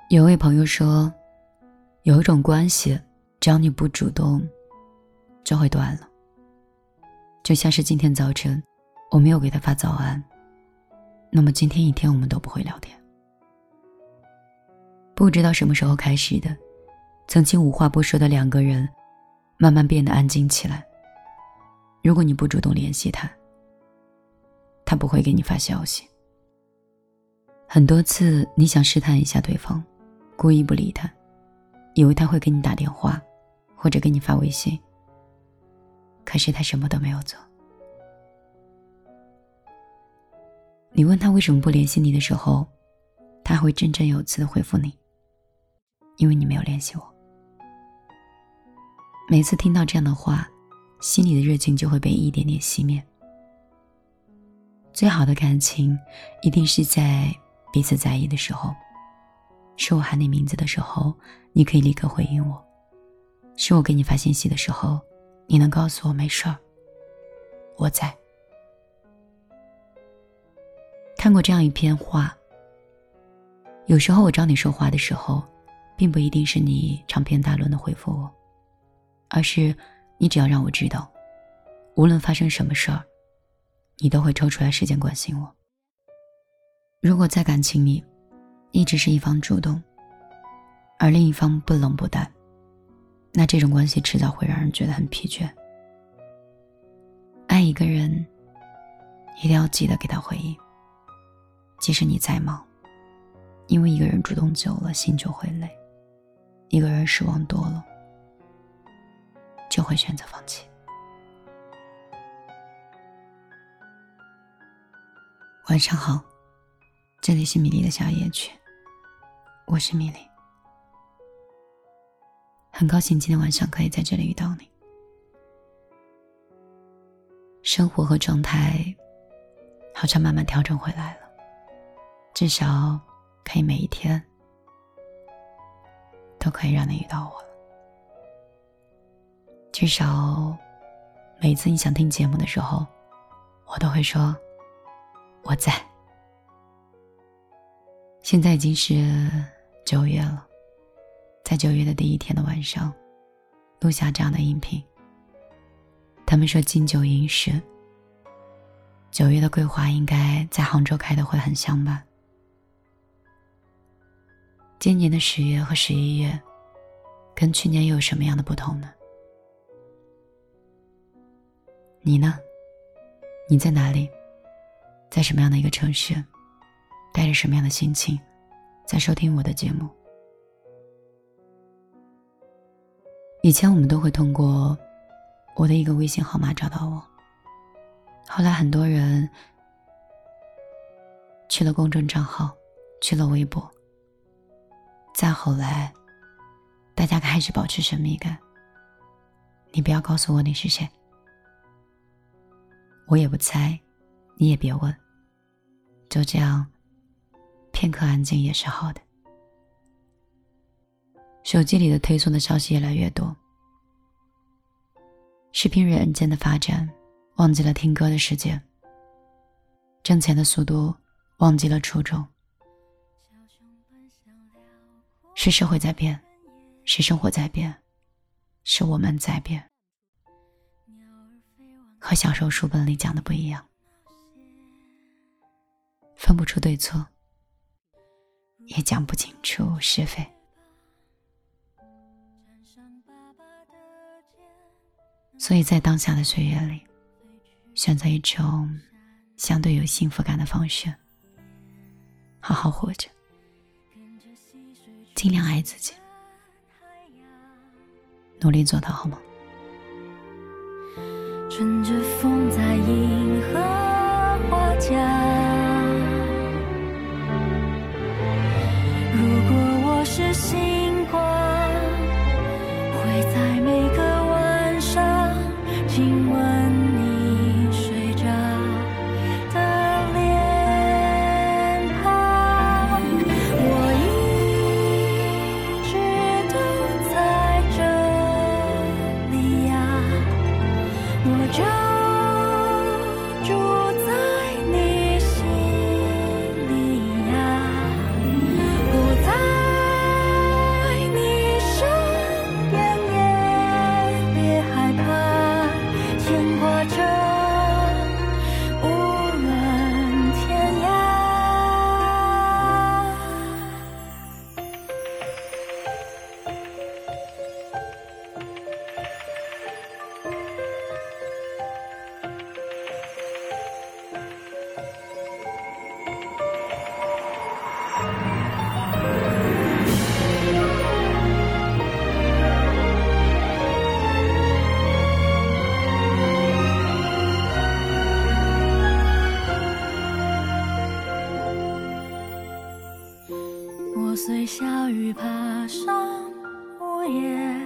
有位朋友说，有一种关系，只要你不主动，就会断了。就像是今天早晨，我没有给他发早安，那么今天一天我们都不会聊天。不知道什么时候开始的，曾经无话不说的两个人，慢慢变得安静起来。如果你不主动联系他，他不会给你发消息。很多次你想试探一下对方，故意不理他，以为他会给你打电话或者给你发微信，可是他什么都没有做。你问他为什么不联系你的时候，他会振振有词地回复你，因为你没有联系我。每次听到这样的话，心里的热情就会被一点点熄灭。最好的感情一定是在彼此在意的时候，是我喊你名字的时候，你可以立刻回应我，是我给你发信息的时候，你能告诉我没事儿，我在。看过这样一篇话，有时候我找你说话的时候，并不一定是你长篇大论的回复我，而是你只要让我知道，无论发生什么事儿，你都会抽出来时间关心我。如果在感情里一直是一方主动，而另一方不冷不淡，那这种关系迟早会让人觉得很疲倦。爱一个人一定要记得给他回应，即使你再忙，因为一个人主动久了心就会累，一个人失望多了就会选择放弃。晚上好，这里是米粒的小夜曲，我是米粒，很高兴今天晚上可以在这里遇到你。生活和状态好像慢慢调整回来了，至少可以每一天都可以让你遇到我了。至少每次你想听节目的时候，我都会说我在。现在已经是9月了，在9月的第一天的晚上录下这样的音频。他们说金九银十，9月的桂花应该在杭州开的会很香吧。今年的10月和11月跟去年又有什么样的不同呢？你呢？你在哪里？在什么样的一个城市？带着什么样的心情在收听我的节目？以前我们都会通过我的一个微信号码找到我，后来很多人去了公众账号，去了微博，再后来大家开始保持神秘感，你不要告诉我你是谁，我也不猜，你也别问，就这样片刻安静也是好的。手机里的推送的消息越来越多，视频软件的发展忘记了听歌的时间，挣钱的速度忘记了初衷。是社会在变，是生活在变，是我们在变，和小时候书本里讲的不一样，分不出对错，也讲不清楚是非。所以在当下的岁月里，选择一种相对有幸福感的方式，好好活着，尽量爱自己，努力做到好吗？ 乘着风在银河花家，如果我是星光，会在每个晚上亲吻你睡着的脸庞。我一直都在这里呀，我就住在你心随小雨爬上屋檐，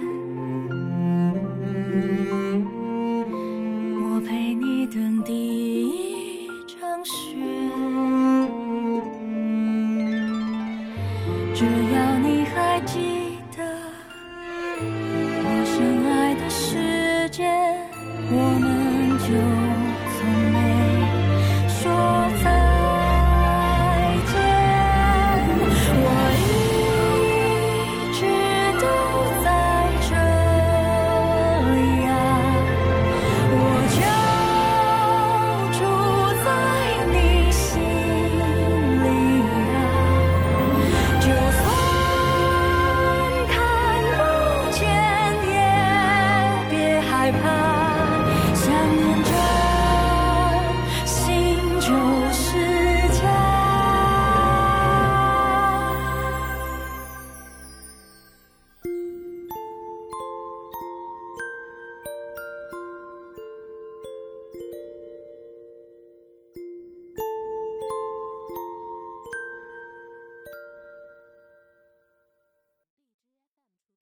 我陪你等第一场雪，只要你还记